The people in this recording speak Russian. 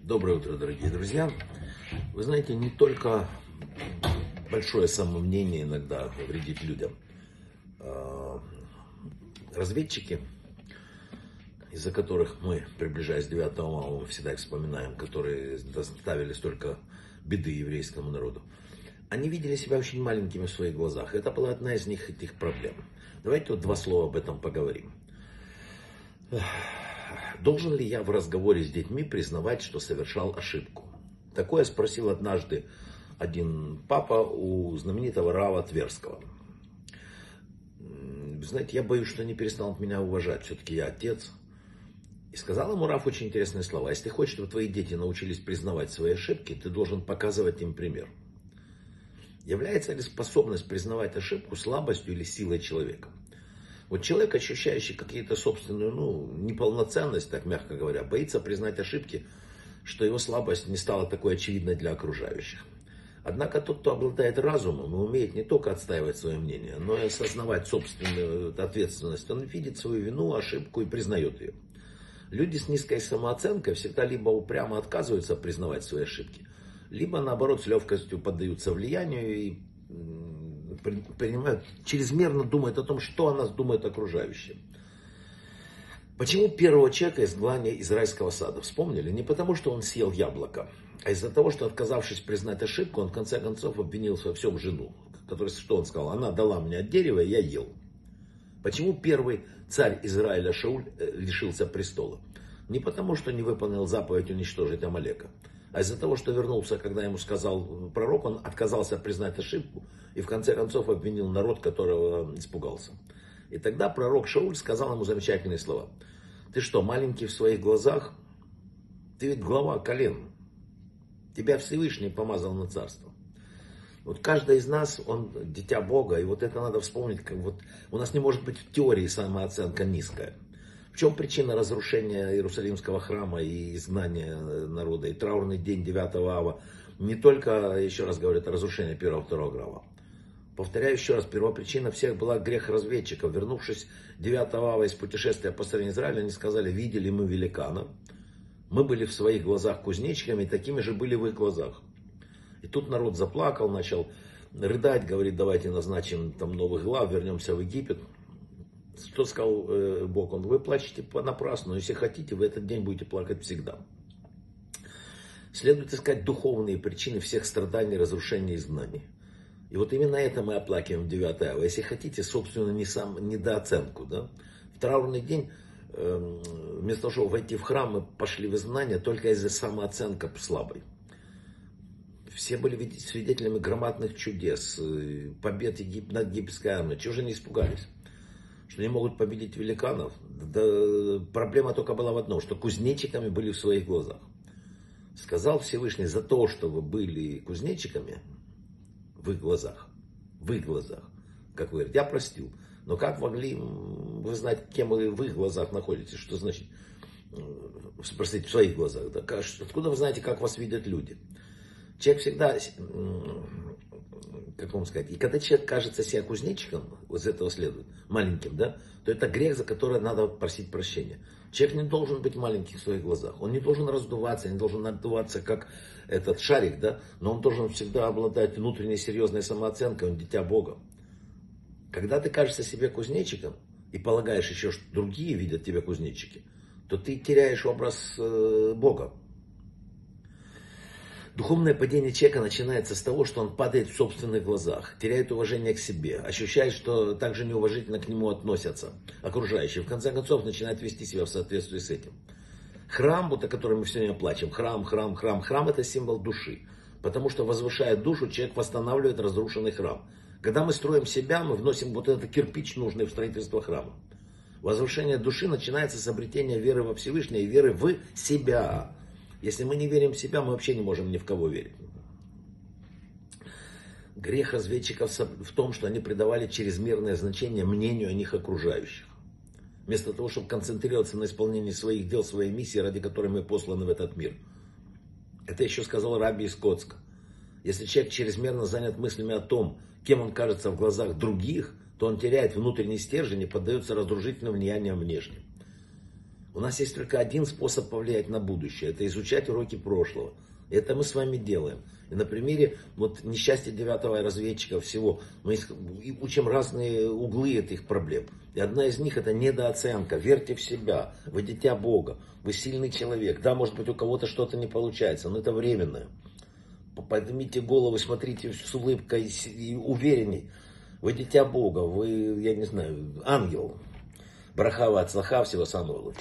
Доброе утро, дорогие друзья. Вы знаете, не только большое самомнение иногда вредит людям. Разведчики, из-за которых мы, приближаясь к 9 мая, всегда их вспоминаем, которые доставили столько беды еврейскому народу, они видели себя очень маленькими в своих глазах. Это была одна из них, этих проблем. Давайте вот два слова об этом поговорим. Должен ли я в разговоре с детьми признавать, что совершал ошибку? Такое спросил однажды один папа у знаменитого Рава Тверского. Знаете, я боюсь, что они перестанут меня уважать. Все-таки я отец. И сказал ему Рав очень интересные слова. Если ты хочешь, чтобы твои дети научились признавать свои ошибки, ты должен показывать им пример. Является ли способность признавать ошибку слабостью или силой человека? Вот человек, ощущающий какие-то собственную, неполноценность, так мягко говоря, боится признать ошибки, что его слабость не стала такой очевидной для окружающих. Однако тот, кто обладает разумом и умеет не только отстаивать свое мнение, но и осознавать собственную ответственность, он видит свою вину, ошибку и признает ее. Люди с низкой самооценкой всегда либо упрямо отказываются признавать свои ошибки, либо наоборот с легкостью поддаются влиянию и принимают, чрезмерно думают о том, что о нас думают окружающие. Почему первого человека изгнали из райского сада? Вспомнили? Не потому, что он съел яблоко, а из-за того, что, отказавшись признать ошибку, он в конце концов обвинил во всем жену. Которая, что он сказал? Она дала мне от дерева, и я ел. Почему первый царь Израиля Шауль лишился престола? Не потому, что не выполнил заповедь уничтожить Амалека, а из-за того, что вернулся, когда ему сказал пророк, он отказался признать ошибку и в конце концов обвинил народ, которого испугался. И тогда пророк Шауль сказал ему замечательные слова. Ты что, маленький в своих глазах? Ты ведь глава колен. Тебя Всевышний помазал на царство. Вот каждый из нас, он дитя Бога, и вот это надо вспомнить, как вот у нас не может быть в теории самооценка низкая. В чем причина разрушения Иерусалимского храма и изгнания народа, и траурный день 9 ава? Не только, еще раз говорю, это разрушение 1-2 глава. Повторяю еще раз, первопричина всех была грех разведчиков. Вернувшись 9 ава из путешествия по стране Израиля, они сказали, видели мы великана. Мы были в своих глазах кузнечиками, и такими же были в их глазах. И тут народ заплакал, начал рыдать, говорит, давайте назначим там новых глав, вернемся в Египет. Что сказал Бог? Вы плачете понапрасну, если хотите, в этот день будете плакать всегда. Следует искать духовные причины всех страданий, разрушений и изгнаний. И вот именно это мы оплакиваем в 9 ава. Если хотите, собственно, недооценку. Да? В траурный день, вместо того, чтобы войти в храм, мы пошли в изгнание только из-за самооценки слабой. Все были свидетелями громадных чудес, побед над египетской армией. Чего же не испугались? Что не могут победить великанов? Да, проблема только была в одном, что кузнечиками были в своих глазах. Сказал Всевышний, за то, что вы были кузнечиками в их глазах, как вы говорите, я простил. Но как могли вы знать, кем вы в их глазах находитесь? Что значит, спросить, в своих глазах? Да? Откуда вы знаете, как вас видят люди? Человек всегда, как вам сказать, и когда человек кажется себе кузнечиком, вот из этого следует, маленьким, да, то это грех, за который надо просить прощения. Человек не должен быть маленьким в своих глазах, он не должен раздуваться, не должен надуваться, как этот шарик, да, но он должен всегда обладать внутренней серьезной самооценкой, он дитя Бога. Когда ты кажешься себе кузнечиком и полагаешь еще, что другие видят тебя кузнечики, то ты теряешь образ Бога. Духовное падение человека начинается с того, что он падает в собственных глазах, теряет уважение к себе, ощущает, что также неуважительно к нему относятся окружающие. В конце концов, начинает вести себя в соответствии с этим. Храм, вот о котором мы все время плачем, храм это символ души. Потому что, возвышая душу, человек восстанавливает разрушенный храм. Когда мы строим себя, мы вносим вот этот кирпич, нужный в строительство храма. Возвышение души начинается с обретения веры во Всевышнего и веры в себя. Если мы не верим в себя, мы вообще не можем ни в кого верить. Грех разведчиков в том, что они придавали чрезмерное значение мнению о них окружающих. Вместо того, чтобы концентрироваться на исполнении своих дел, своей миссии, ради которой мы посланы в этот мир. Это еще сказал Раби из Коцка. Если человек чрезмерно занят мыслями о том, кем он кажется в глазах других, то он теряет внутренний стержень и поддается разрушительным влияниям внешним. У нас есть только один способ повлиять на будущее. Это изучать уроки прошлого. Это мы с вами делаем. И на примере вот несчастья 9-го разведчика всего, мы учим разные углы этих проблем. И одна из них это недооценка. Верьте в себя, вы дитя Бога, вы сильный человек. Да, может быть у кого-то что-то не получается, но это временное. Поднимите голову, смотрите с улыбкой и уверенней. Вы дитя Бога, вы, я не знаю, ангел. Брахава от слаха, всего самого лучшего.